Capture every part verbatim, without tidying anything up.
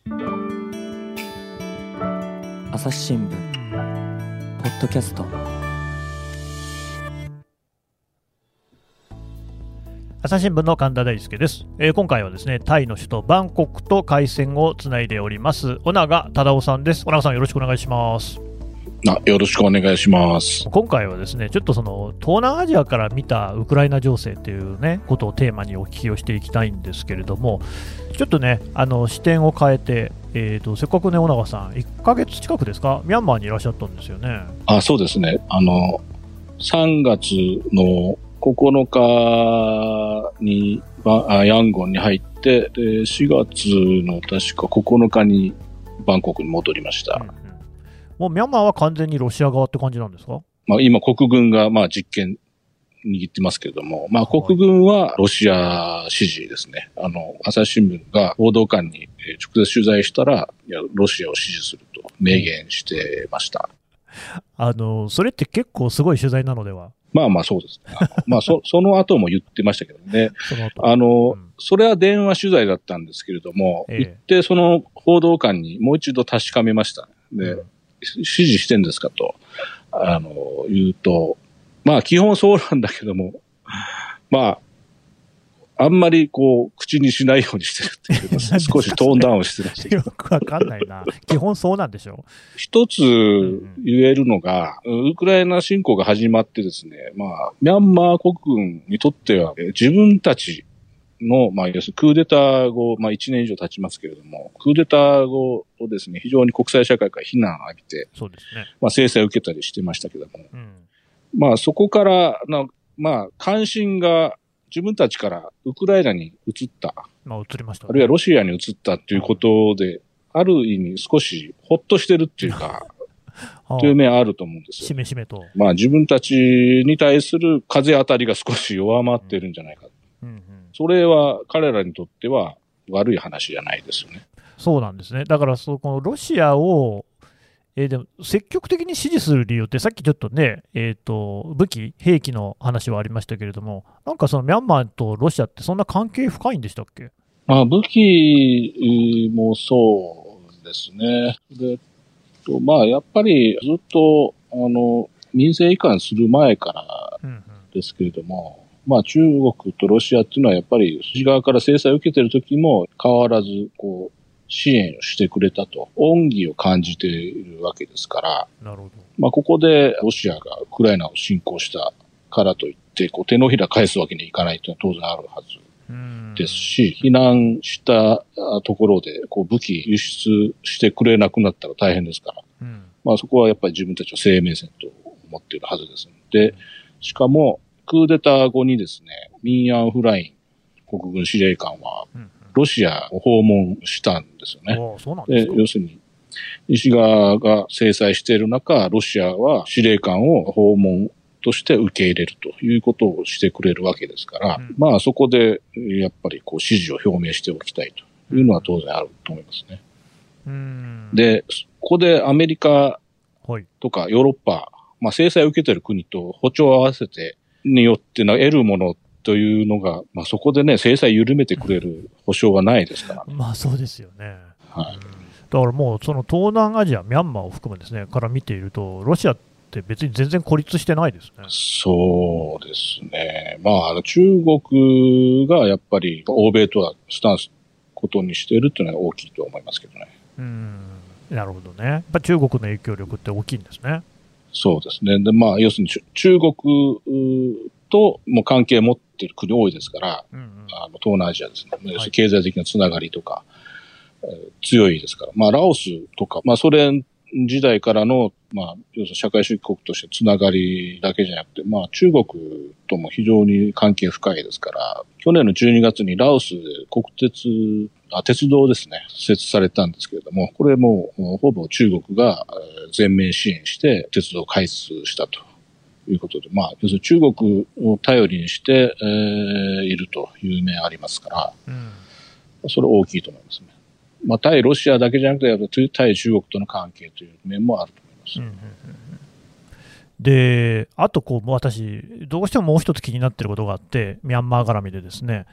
朝日新聞ポッドキャスト。 朝日新聞の神田大輔です、えー、今回はですね、タイの首都バンコクと回線をつないでおります尾長忠夫さんです。尾長さん、よろしくお願いします。 あ、よろしくお願いします。 今回はですね、ちょっとその東南アジアから見たウクライナ情勢というねことをテーマにお聞きをしていきたいんですけれども、ちょっとねあの視点を変えて、えーと、せっかくね尾長さんいっかげつ近くですか、ミャンマーにいらっしゃったんですよね。 あ、そうですね。あのさんがつのここのかにヤンゴンに入って、でしがつの確かここのかにバンコクに戻りました。うんうん、 もうミャンマーは完全にロシア側って感じなんですか？ まあ、今国軍がまあ実権握ってますけれども、まあ、国軍はロシア支持ですね。あの朝日新聞が報道官に直接取材したら、いやロシアを支持すると明言してました。 あのそれって結構すごい取材なのでは？ まあまあそうですね。まあそ、その後も言ってましたけどね。 その後あの、うん、それは電話取材だったんですけれども、ええ、行ってその報道官にもう一度確かめました。で、うん、支持してんですかと、あの、言うと、まあ基本そうなんだけども、まあ、あんまりこう、口にしないようにしてるっていうか、少しトーンダウンしてましたけど。 よくわかんないな。基本そうなんでしょう。 一つ言えるのが、うんうん、ウクライナ侵攻が始まってですね、まあ、ミャンマー国軍にとっては、自分たちの、まあ、要するにクーデター後、まあいちねん以上経ちますけれども、クーデター後をですね、非常に国際社会から非難を浴びて、 そうですね。 まあ制裁を受けたりしてましたけども、 うん、 まあそこからの、まあ関心が自分たちからウクライナに移った。 まあ移りましたね。 あるいはロシアに移ったということで、うん、ある意味少しほっとしてるっていうか、という面あると思うんですよ。 しめしめと。 まあ自分たちに対する風当たりが少し弱まってるんじゃないか。うんうんうん、それは彼らにとっては悪い話じゃないですよね。 そうなんですね。だからそこのロシアを、えー、でも積極的に支持する理由って、さっきちょっとね、えーと、武器、兵器の話はありましたけれども、なんかそのミャンマーとロシアってそんな関係深いんでしたっけ？ まあ武器もそうですね。で、まあやっぱりずっとあの民政移管する前からですけれども、うんうん、まあ中国とロシアっていうのはやっぱり西側から制裁を受けている時も変わらずこう支援をしてくれたと恩義を感じているわけですから、 なるほど。 まあここでロシアがウクライナを侵攻したからといってこう手のひら返すわけにいかないというのは当然あるはずですし、避難したところでこう武器輸出してくれなくなったら大変ですから、うん、まあそこはやっぱり自分たちの生命線と思っているはずですので、しかもクーデター後にですね、ミン・アウン・フライン国軍司令官はロシアを訪問したんですよね。 うんうん、そうなんですか。 で、要するに西側が制裁している中、ロシアは司令官を訪問として受け入れるということをしてくれるわけですから、うん、まあそこでやっぱりこう支持を表明しておきたいというのは当然あると思いますね。うん、で、ここでアメリカとかヨーロッパ、まあ制裁を受けている国と歩調を合わせてによって得るものというのが、まあそこでね、制裁緩めてくれる保証はないですからね。 まあそうですよね。 はい。 だからもうその東南アジア、ミャンマーを含むですね、から見ていると、ロシアって別に全然孤立してないですね。 そうですね。まあ、あの中国がやっぱり欧米とはスタンスことにしているっていうのは大きいと思いますけどね。 うん、なるほどね。やっぱ中国の影響力って大きいんですね。 そうですね。で、まあ、要するに中国とも関係を持っている国多いですから、うんうん、あの東南アジアですね。要するに経済的なつながりとか、はい、強いですから。まあ、ラオスとか、まあ、ソ連時代からの、まあ、要するに社会主義国としてつながりだけじゃなくて、まあ、中国とも非常に関係深いですから、去年のじゅうにがつにラオスで国鉄、あ、鉄道ですね、設置されたんですけれども、これもほぼ中国が全面支援して鉄道を開通したということで、まあ、要するに中国を頼りにして、えー、いるという面ありますから、うん、それ大きいと思いますね。まあ、対ロシアだけじゃなくて、対中国との関係という面もあると思います。うんうんうん、 で、あとこう、私、どうしてももう一つ気になっていることがあって、ミャンマー絡みでですね、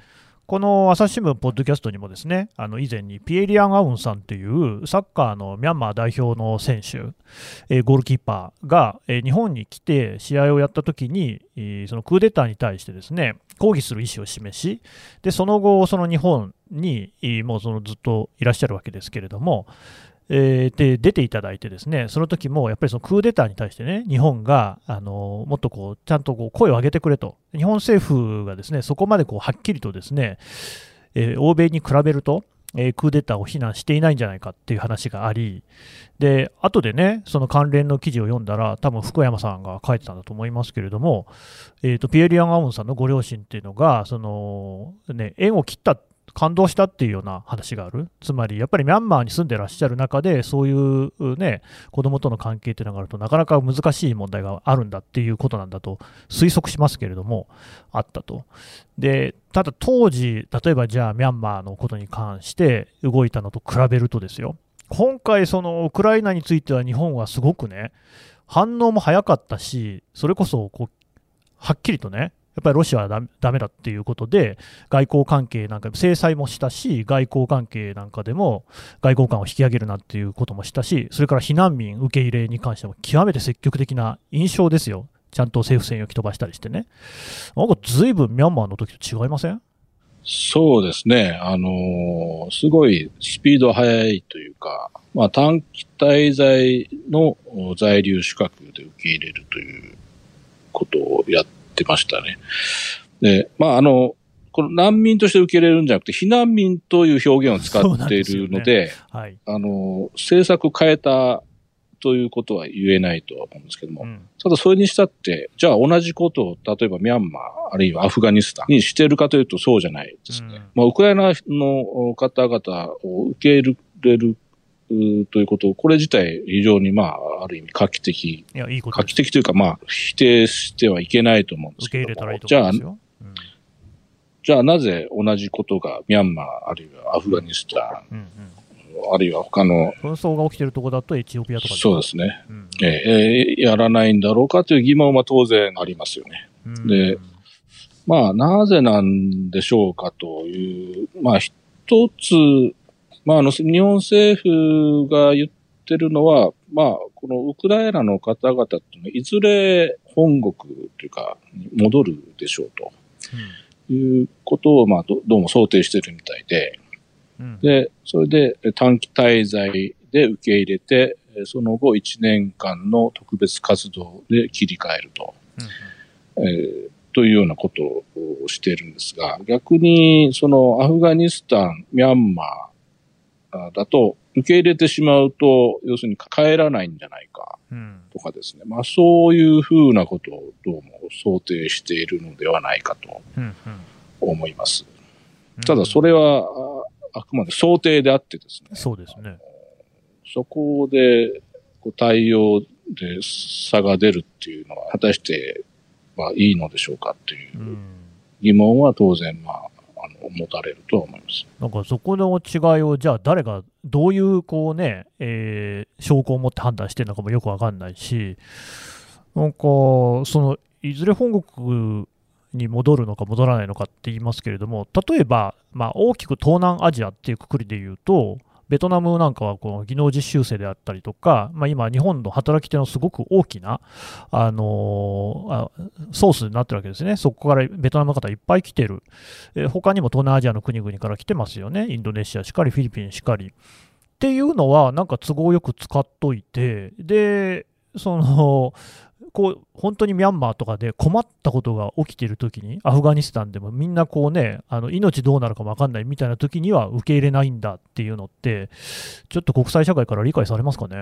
この朝日新聞ポッドキャストにもですね、あの以前にピエ・リアン・アウンさんというサッカーのミャンマー代表の選手、えー、ゴールキーパーが、えー、日本に来て試合をやったときに、えー、そのクーデターに対してですね、抗議する意思を示し、でその後、その日本に、えー、もうそのずっといらっしゃるわけですけれども、えー、で出ていただいてですね、その時もやっぱりそのクーデターに対してね、日本があのもっとこうちゃんとこう声を上げてくれと、日本政府がですねそこまでこうはっきりとですね、えー、欧米に比べると、えー、クーデターを非難していないんじゃないかっていう話があり、で後でね、その関連の記事を読んだら、多分福山さんが書いてたんだと思いますけれども、えーと、ピエ・リアン・アウンさんのご両親っていうのが、そのね、縁を切った感動したっていうような話がある。つまりやっぱりミャンマーに住んでらっしゃる中で、そういうね子供との関係っていうのがあるとなかなか難しい問題があるんだっていうことなんだと推測しますけれども、あったと。でただ当時、例えばじゃあミャンマーのことに関して動いたのと比べるとですよ、今回そのウクライナについては日本はすごくね反応も早かったし、それこそこうはっきりとね、やっぱりロシアはだめだっていうことで、外交関係なんか制裁もしたし、外交関係なんかでも外交官を引き上げるなっていうこともしたし、それから避難民受け入れに関しても極めて積極的な印象ですよ。ちゃんと政府専用機飛ばしたりしてね。なんかずいぶんミャンマーの時と違いません？ そうですね。あのー、すごいスピード速いというか、まあ短期滞在の在留資格で受け入れるということをやってってましたね。で、まあ、あの、この難民として受け入れるんじゃなくて、避難民という表現を使っているので、でね、はい、あの、政策変えたということは言えないとは思うんですけども、うん、ただそれにしたって、じゃあ同じことを、例えばミャンマー、あるいはアフガニスタンにしているかというとそうじゃないですね。うん、まあ、ウクライナの方々を受け入れるということ、これ自体非常にまあ、ある意味画期的。いや、いいことです。画期的というかまあ、否定してはいけないと思うんですけども。受け入れたらいいと思うんですよ。じゃあ、うん、じゃあなぜ同じことがミャンマー、あるいはアフガニスタン、うんうん、あるいは他の。 紛争が起きているところだとエチオピアとかそうですね、うんうん、えー。やらないんだろうかという疑問は当然ありますよね。うん、で、まあ、なぜなんでしょうかという、まあ、一つ、まあ、あの、日本政府が言ってるのは、まあ、このウクライナの方々っていうのは、いずれ本国というか、戻るでしょうということを、まあど、どうも想定してるみたいで、うん、で、それで短期滞在で受け入れて、その後いちねんかんの特別活動で切り替えると、うんえー、というようなことをしているんですが、逆に、そのアフガニスタン、ミャンマー、だと受け入れてしまうと要するに帰らないんじゃないかとかですね、うん、まあそういうふうなことをどうも想定しているのではないかと思います。うんうん、ただそれは あ, あくまで想定であってですね。 そうですね。 そこでこう対応で差が出るっていうのは果たしてはいいのでしょうかっていう疑問は当然まあ持たれると思います。 なんかそこの違いをじゃあ誰がどういうこうね、えー、証拠を持って判断してるのかもよくわかんないし、なんかそのいずれ本国に戻るのか戻らないのかって言いますけれども、例えば、まあ、大きく東南アジアっていうくくりで言うと、ベトナムなんかはこの技能実習生であったりとか、まあ、今、日本の働き手のすごく大きな、あのー、ソースになってるわけですね。そこからベトナムの方いっぱい来てる、えー、他にも東南アジアの国々から来てますよね。インドネシアしかり、フィリピンしかり。っていうのは、なんか都合よく使っといて、で、その、こう本当にミャンマーとかで困ったことが起きているときに、アフガニスタンでもみんなこうね、あの命どうなるか分かんないみたいなときには受け入れないんだっていうのって、ちょっと国際社会から理解されますかね。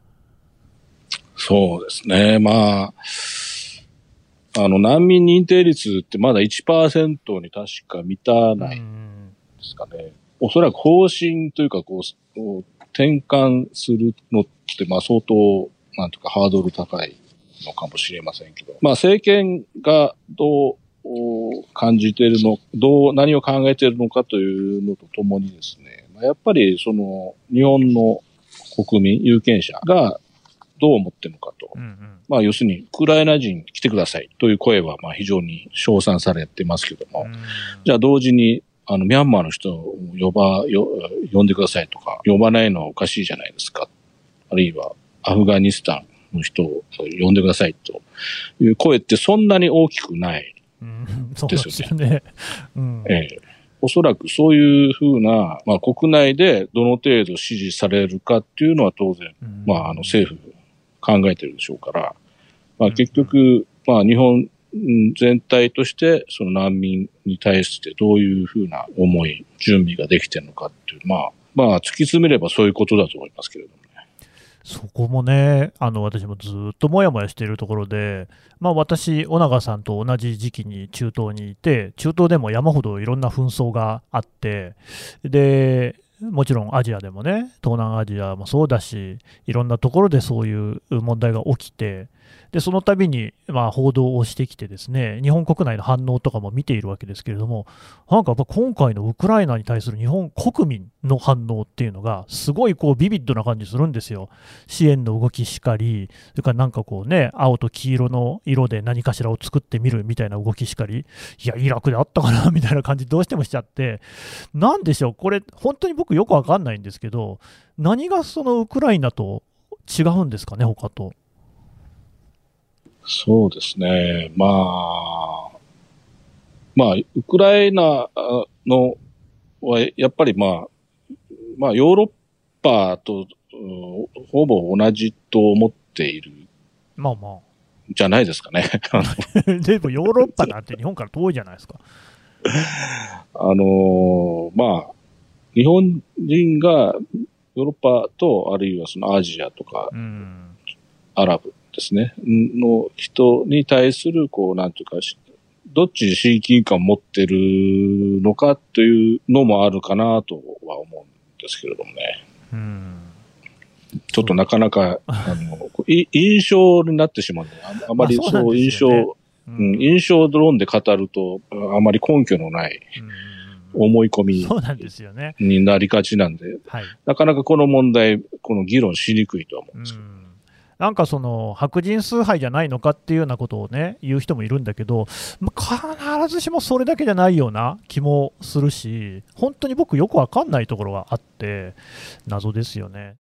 そうですね、まあ、あの難民認定率ってまだ いちパーセント に確か満たないんですかね。おそらく方針というかこう、こう転換するのってまあ相当なんとかハードル高いのかもしれませんけど、まあ政権がどう感じているの、どう、何を考えているのかというのとともにですね、やっぱりその日本の国民、有権者がどう思っているのかと。うんうん、まあ要するに、ウクライナ人来てくださいという声はまあ非常に称賛されてますけども、うん、じゃあ同時にあの、ミャンマーの人を呼ば、よ呼んでくださいとか、呼ばないのはおかしいじゃないですか。あるいは、アフガニスタンの人を呼んでくださいという声ってそんなに大きくないですよね。 うん、 ええ、おそらくそういうふうな、まあ、国内でどの程度支持されるかっていうのは当然、うん、まあ、あの政府考えてるでしょうから、まあ、結局、うん、まあ、日本全体としてその難民に対してどういうふうな思い、準備ができているのかっていう、まあ、まあ、突き詰めればそういうことだと思いますけれども。 そこもね、あの私もずっともやもやしているところで、まあ、私、尾長さんと同じ時期に中東にいて、中東でも山ほどいろんな紛争があって、でもちろんアジアでもね、東南アジアもそうだし、いろんなところでそういう問題が起きて、でその度にまあ報道をしてきて、ですね、日本国内の反応とかも見ているわけですけれども、なんかやっぱ今回のウクライナに対する日本国民の反応っていうのが、すごいこうビビッドな感じするんですよ。支援の動きしかり、それからなんかこうね、青と黄色の色で何かしらを作ってみるみたいな動きしかり、いや、イラクであったかなみたいな感じ、どうしてもしちゃって、なんでしょう、これ、本当に僕、よくわかんないんですけど、何がそのウクライナと違うんですかね、他と。 そうですね。まあ、まあ、ウクライナのは、やっぱりまあ、まあ、ヨーロッパと、ほぼ同じと思っている。 まあまあ。 じゃないですかね。 でもヨーロッパなんて日本から遠いじゃないですか。 あのー、まあ、日本人がヨーロッパと、あるいはそのアジアとか、うん、アラブですね、の人に対する、こう、なんていうか、どっちに親近感を持ってるのかというのもあるかなとは思うんですけれどもね。うん、ちょっとなかなか、あの、印象になってしまうので、あまりそう印象、まあそううん、印象論で語ると、あまり根拠のない思い込みになりがちなんで、はい、なかなかこの問題、この議論しにくいとは思うんですけど。うん、 なんかその白人崇拝じゃないのかっていうようなことをね、言う人もいるんだけど、まあ、必ずしもそれだけじゃないような気もするし、本当に僕よくわかんないところがあって、謎ですよね。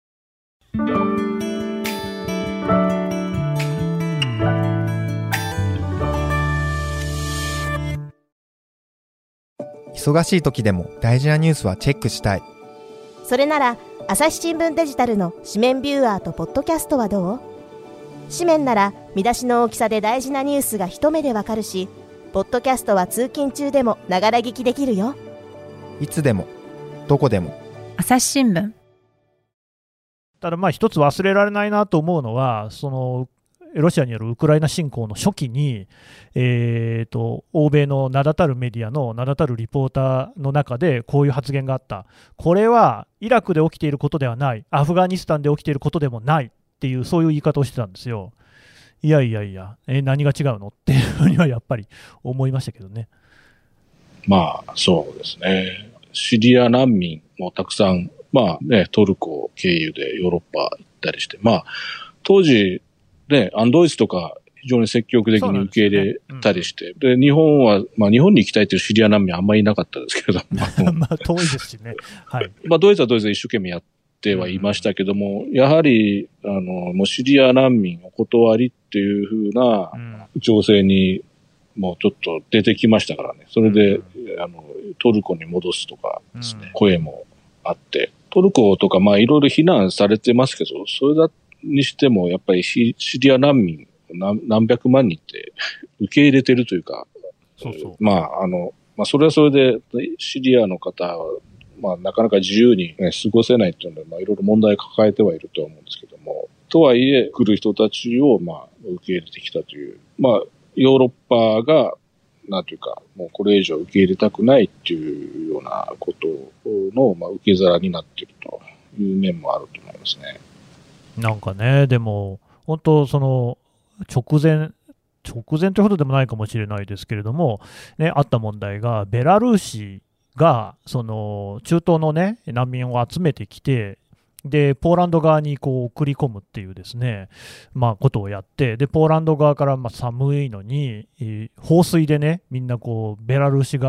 忙しい時でも大事なニュースはチェックしたい。 それなら朝日新聞デジタルの紙面ビューアーとポッドキャストはどう？紙面なら見出しの大きさで大事なニュースが一目でわかるし、ポッドキャストは通勤中でもながら聞きできるよ。 いつでもどこでも朝日新聞。 ただまあ一つ忘れられないなと思うのは、そのロシアによるウクライナ侵攻の初期に、えーと、欧米の名だたるメディアの名だたるリポーターの中でこういう発言があった。これはイラクで起きていることではない、アフガニスタンで起きていることでもないっていう、そういう言い方をしてたんですよ。いやいやいや、え何が違うのっていうふうにはやっぱり思いましたけどね。 まあそうですね。シリア難民もたくさん、まあね、トルコ経由でヨーロッパ行ったりして、まあ当時ね、アンドイツとか非常に積極的に受け入れたりして、で、ねうん、で日本は、まあ日本に行きたいというシリア難民あんまりいなかったですけれども。 まあ遠いですしね。はい。 まあドイツはドイツで一生懸命やってはいましたけども、うん、やはり、あの、もうシリア難民お断りっていうふうな情勢にもうちょっと出てきましたからね。それで、うん、あの、トルコに戻すとかですね、うん、声もあって、トルコとかまあいろいろ非難されてますけど、それだにしてもやっぱりシリア難民何, 何百万人って受け入れてるというか、 そうそうまああの、まあそれはそれでシリアの方はまあなかなか自由に、ね、過ごせないっていうので、まあいろいろ問題を抱えてはいるとは思うんですけども、とはいえ来る人たちをまあ受け入れてきたという、まあヨーロッパがなんていうかもうこれ以上受け入れたくないっていうようなことのまあ受け皿になっているという面もあると思いますね。 なんかね、でも、本当、その直前、直前というほどでもないかもしれないですけれども、ね、あった問題が、ベラルーシがその中東の、ね、難民を集めてきて、でポーランド側にこう送り込むっていうですね、まあ、ことをやって、でポーランド側からまあ寒いのに、えー、放水でね、みんなこうベラルーシ側に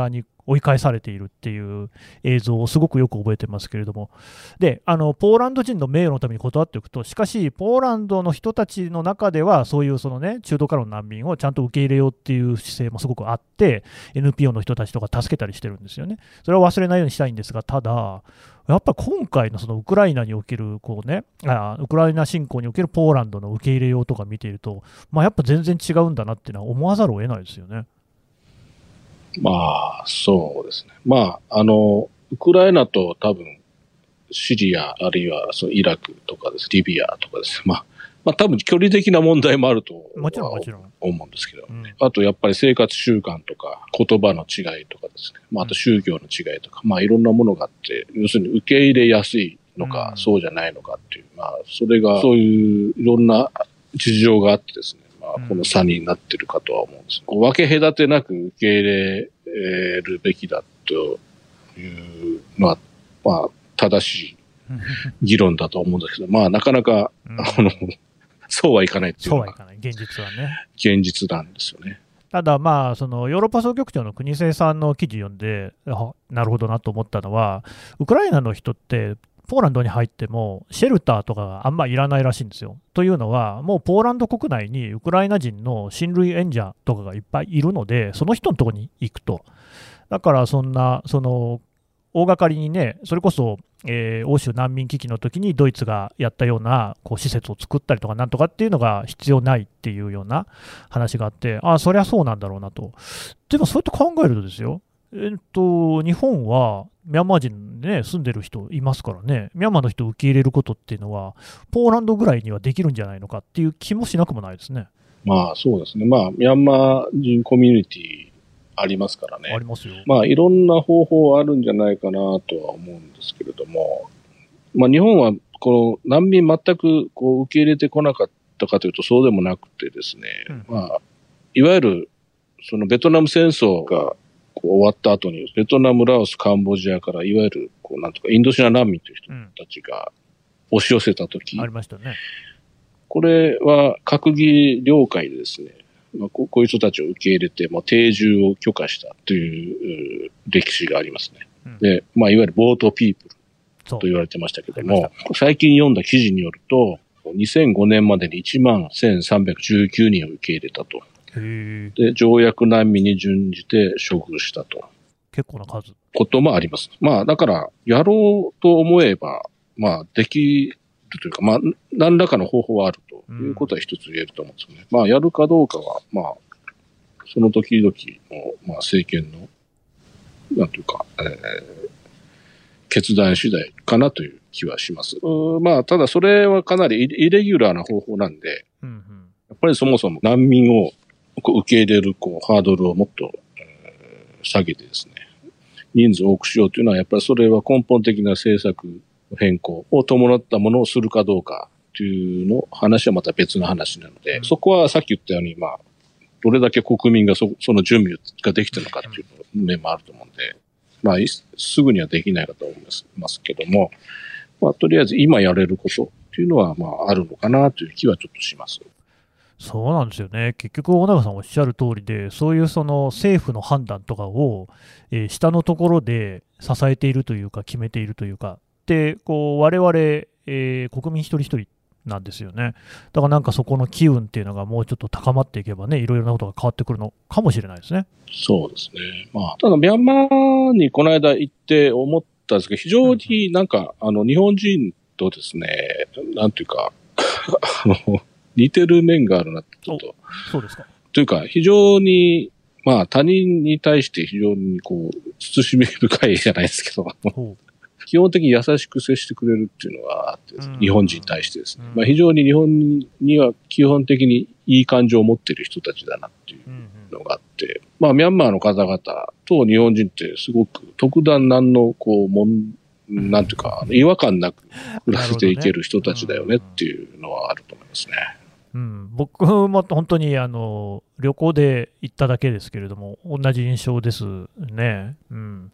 追い返されているっていう映像をすごくよく覚えてますけれども、であのポーランド人の名誉のために断っておくと、しかし、ポーランドの人たちの中では、そういうその、ね、中東からの難民をちゃんと受け入れようっていう姿勢もすごくあって、エヌピーオー の人たちとか助けたりしてるんですよね。それは忘れないようにしたいんですが、ただ、やっぱり今回のそのウクライナにおけるこう、ね、あウクライナ侵攻におけるポーランドの受け入れようとか見ていると、まあ、やっぱ全然違うんだなっていうのは思わざるを得ないですよね。 まあ、そうですね。まあ、あの、ウクライナと多分、シリア、あるいはそうイラクとかです、リビアとかです。まあ、まあ多分距離的な問題もあるともちろんもちろん思うんですけど、 うん、 あとやっぱり生活習慣とか言葉の違いとかですね、まああと宗教の違いとか、うん、まあいろんなものがあって、要するに受け入れやすいのか、うん、そうじゃないのかっていう、まあそれがそういういろんな事情があってですね、まあこの差になってるかとは思うんです。うん、分け隔てなく受け入れるべきだというのは、まあ正しい議論だと思うんですけど、まあなかなか、うん、あの、そうはいかないっていうのが。そうはいかない。 現実はね。 現実なんですよね。 ただまあ、そのヨーロッパ総局長の国末さんの記事読んで、なるほどなと思ったのは、ウクライナの人って、ポーランドに入っても、シェルターとかがあんまいらないらしいんですよ。というのは、もうポーランド国内にウクライナ人の親類縁者とかがいっぱいいるので、その人のところに行くと。だからそんな、その、大掛かりにね、それこそ、えー、欧州難民危機の時にドイツがやったようなこう施設を作ったりとかなんとかっていうのが必要ないっていうような話があって、ああ、そりゃそうなんだろうなと。でもそうやって考えるとですよ、えっと、日本はミャンマー人で、ね、住んでる人いますからね、ミャンマーの人を受け入れることっていうのは、ポーランドぐらいにはできるんじゃないのかっていう気もしなくもないですね。 まあそうですね、まあ、ミャンマー人コミュニティありますからね。 ありますよ。 まあいろんな方法あるんじゃないかなとは思うんですけれども、まあ日本はこの難民全くこう受け入れてこなかったかというとそうでもなくてですね、うん、まあいわゆるそのベトナム戦争がこう終わった後にベトナム、ラオス、カンボジアからいわゆるこうなんとかインドシナ難民という人たちが押し寄せたとき、 うん、ありましたね。 これは閣議了解でですね、まあ、こういう人たちを受け入れて、まあ、定住を許可したという歴史がありますね。うん、で、まあ、いわゆるボートピープルと言われてましたけども、最近読んだ記事によると、にせんごねんまでにいちまんせんさんびゃくじゅうきゅうにんを受け入れたと。で、条約難民に準じて処遇したと。 結構な数。 こともあります。まあ、だから、やろうと思えば、まあ、できるというか、まあ、何らかの方法はあるということは一つ言えると思うんですよね。うん、まあ、やるかどうかは、まあ、その時々の、まあ、政権の、なんというか、えー、決断次第かなという気はします。まあ、ただそれはかなりイレギュラーな方法なんで、うんうん、やっぱりそもそも難民をこう受け入れるこうハードルをもっと、えー、下げてですね、人数を多くしようというのは、やっぱりそれは根本的な政策変更を伴ったものをするかどうかというの話はまた別の話なので、うん、そこはさっき言ったように、まあ、どれだけ国民が そ, その準備ができているのかという面もあると思うんで、まあ、すぐにはできないかと思いますけども、まあ、とりあえず今やれることというのは、まあ、あるのかなという気はちょっとします。 そうなんですよね。結局、小永さんおっしゃる通りで、そういうその政府の判断とかを、えー、下のところで支えているというか、決めているというか、で、こう、我々、えー、国民一人一人なんですよね。だからなんかそこの機運っていうのがもうちょっと高まっていけばね、いろいろなことが変わってくるのかもしれないですね。 そうですね。まあ、ただ、ミャンマーにこの間行って思ったんですけど、非常になんか、うん、あの、日本人とですね、なんていうか、あの、似てる面があるなってちょっと。 そうですか。 というか、非常に、まあ他人に対して非常にこう、慎み深いじゃないですけど、基本的に優しく接してくれるっていうのがあって、うん、日本人に対してですね。うん、まあ非常に日本には基本的にいい感情を持っている人たちだなっていうのがあって、うんうん、まあミャンマーの方々と日本人ってすごく特段何のこう、もん、なんていうか、違和感なく暮らしていける人たちだよねっていうのはあると思いますね。 うん、僕も本当にあの旅行で行っただけですけれども、同じ印象ですね。うん、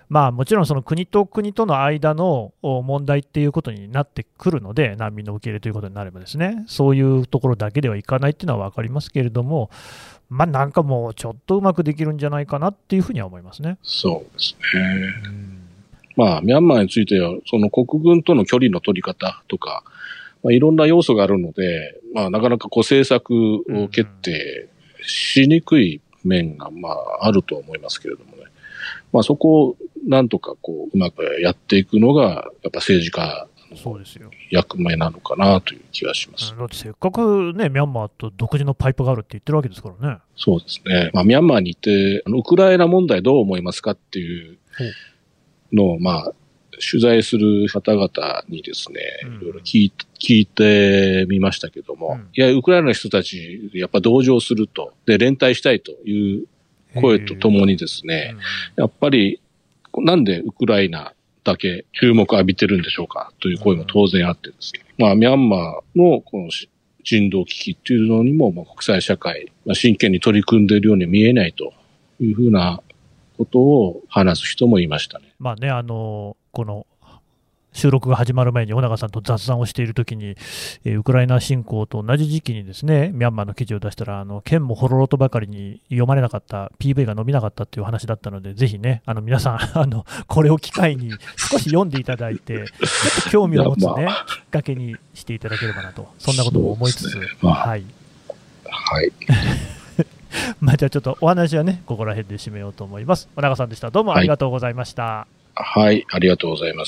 まあ、もちろんその国と国との間の問題っていうことになってくるので、難民の受け入れということになればですね、そういうところだけではいかないっていうのは分かりますけれども、まあ、なんかもうちょっとうまくできるんじゃないかなっていうふうには思いますね。 そうですね。うん、まあ、ミャンマーについては、その国軍との距離の取り方とか、まあ、いろんな要素があるので、まあ、なかなかこう政策を決定しにくい面が、まあ、あると思いますけれどもね。まあ、そこをなんとかこう、うまくやっていくのが、やっぱ政治家の役目なのかなという気がします。 だってせっかくね、ミャンマーと独自のパイプがあるって言ってるわけですからね。 そうですね。まあ、ミャンマーに行って、あのウクライナ問題どう思いますかっていうのを、まあ、取材する方々にですね、いろいろ聞い、聞いてみましたけども、うん、いや、ウクライナの人たち、やっぱ同情すると、で、連帯したいという声とともにですね、うん、やっぱり、なんでウクライナだけ注目を浴びてるんでしょうかという声も当然あってですね、うん、まあ、ミャンマーのこの人道危機っていうのにも、まあ、国際社会、まあ、真剣に取り組んでいるように見えないというふうなことを話す人もいましたね。 まあね、あの、この収録が始まる前に尾長さんと雑談をしているときに、えー、ウクライナ侵攻と同じ時期にですね、ミャンマーの記事を出したら、あの剣もほろろとばかりに読まれなかった、ピーブイ が伸びなかったっていう話だったので、ぜひね、あの皆さんあの、これを機会に少し読んでいただいて、ちょっと興味を持つね、きっかけにしていただければなと、そんなことも思いつつ、ね、まあ、はい。 はい。 まあじゃあちょっとお話はね、ここら辺で締めようと思います。尾長さんでした。どうもありがとうございました。 はい、はい、ありがとうございます。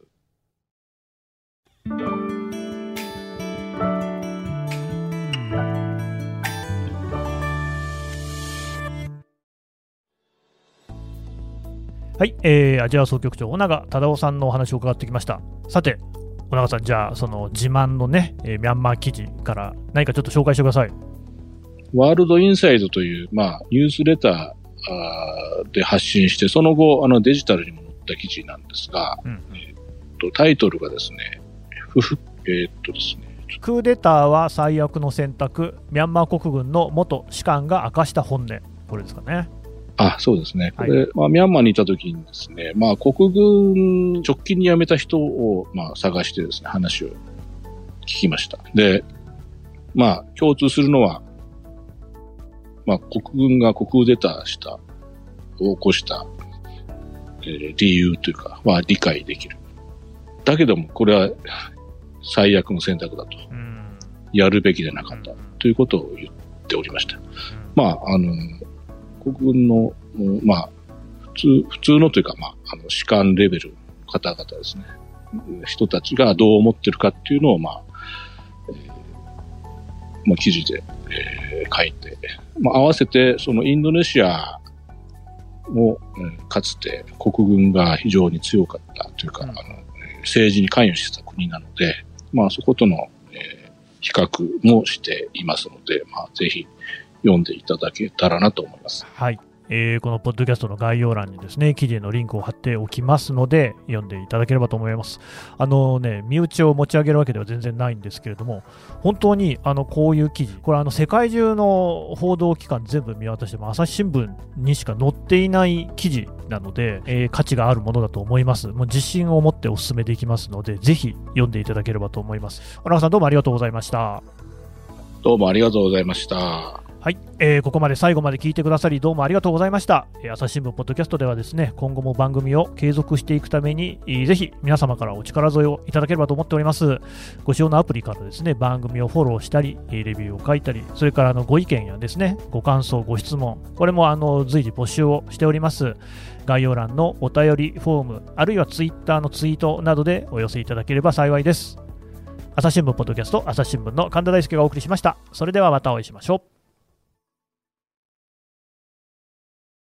はい、えー、アジア総局長尾長忠夫さんのお話を伺ってきました。さて、尾長さん、じゃあその自慢のね、えー、ミャンマー記事から何かちょっと紹介してください。 ワールドインサイドという、まあ、ニュースレターで発信して、その後あのデジタルにも載った記事なんですが、うん、えー、とタイトルがですね、ふふえー、っとですね、 クーデターは最悪の選択、ミャンマー国軍の元士官が明かした本音、これですかね。 あ、そうですね。これ、はい、まあ、ミャンマーにいたときにですね、まあ、国軍直近に辞めた人を、まあ、探してですね、話を聞きました。で、まあ、共通するのは、まあ、国軍が国デターした、を起こした、えー、理由というか、まあ、理解できる。だけども、これは最悪の選択だと。うん、やるべきでなかった、うん、ということを言っておりました。うん、まあ、あの、国軍の、まあ、普通、普通のというか、まあ、あの、士官レベルの方々ですね。人たちがどう思ってるかっていうのを、まあ、えー、まあ、記事で、えー、書いて、まあ、合わせて、そのインドネシアも、うん、かつて国軍が非常に強かったというか、うん、あの、政治に関与してた国なので、まあ、そことの、えー、比較もしていますので、まあ、ぜひ、読んでいただけたらなと思います。 はい、えー、このポッドキャストの概要欄にですね、記事へのリンクを貼っておきますので、読んでいただければと思います。あのね、身内を持ち上げるわけでは全然ないんですけれども、本当にあのこういう記事、これあの世界中の報道機関全部見渡しても、朝日新聞にしか載っていない記事なので、えー、価値があるものだと思います。もう自信を持ってお勧めできますので、ぜひ読んでいただければと思います。尾長さん、どうもありがとうございました。 どうもありがとうございました。 はい、えー、ここまで最後まで聞いてくださりどうもありがとうございました。えー、朝日新聞ポッドキャストではですね、今後も番組を継続していくために、えー、ぜひ皆様からお力添えをいただければと思っております。ご使用のアプリからですね、番組をフォローしたり、レビューを書いたり、それからあのご意見やですね、ご感想、ご質問、これもあの随時募集をしております。概要欄のお便りフォーム、あるいはツイッターのツイートなどでお寄せいただければ幸いです。朝日新聞ポッドキャスト、朝日新聞の神田大輔がお送りしました。それではまたお会いしましょう。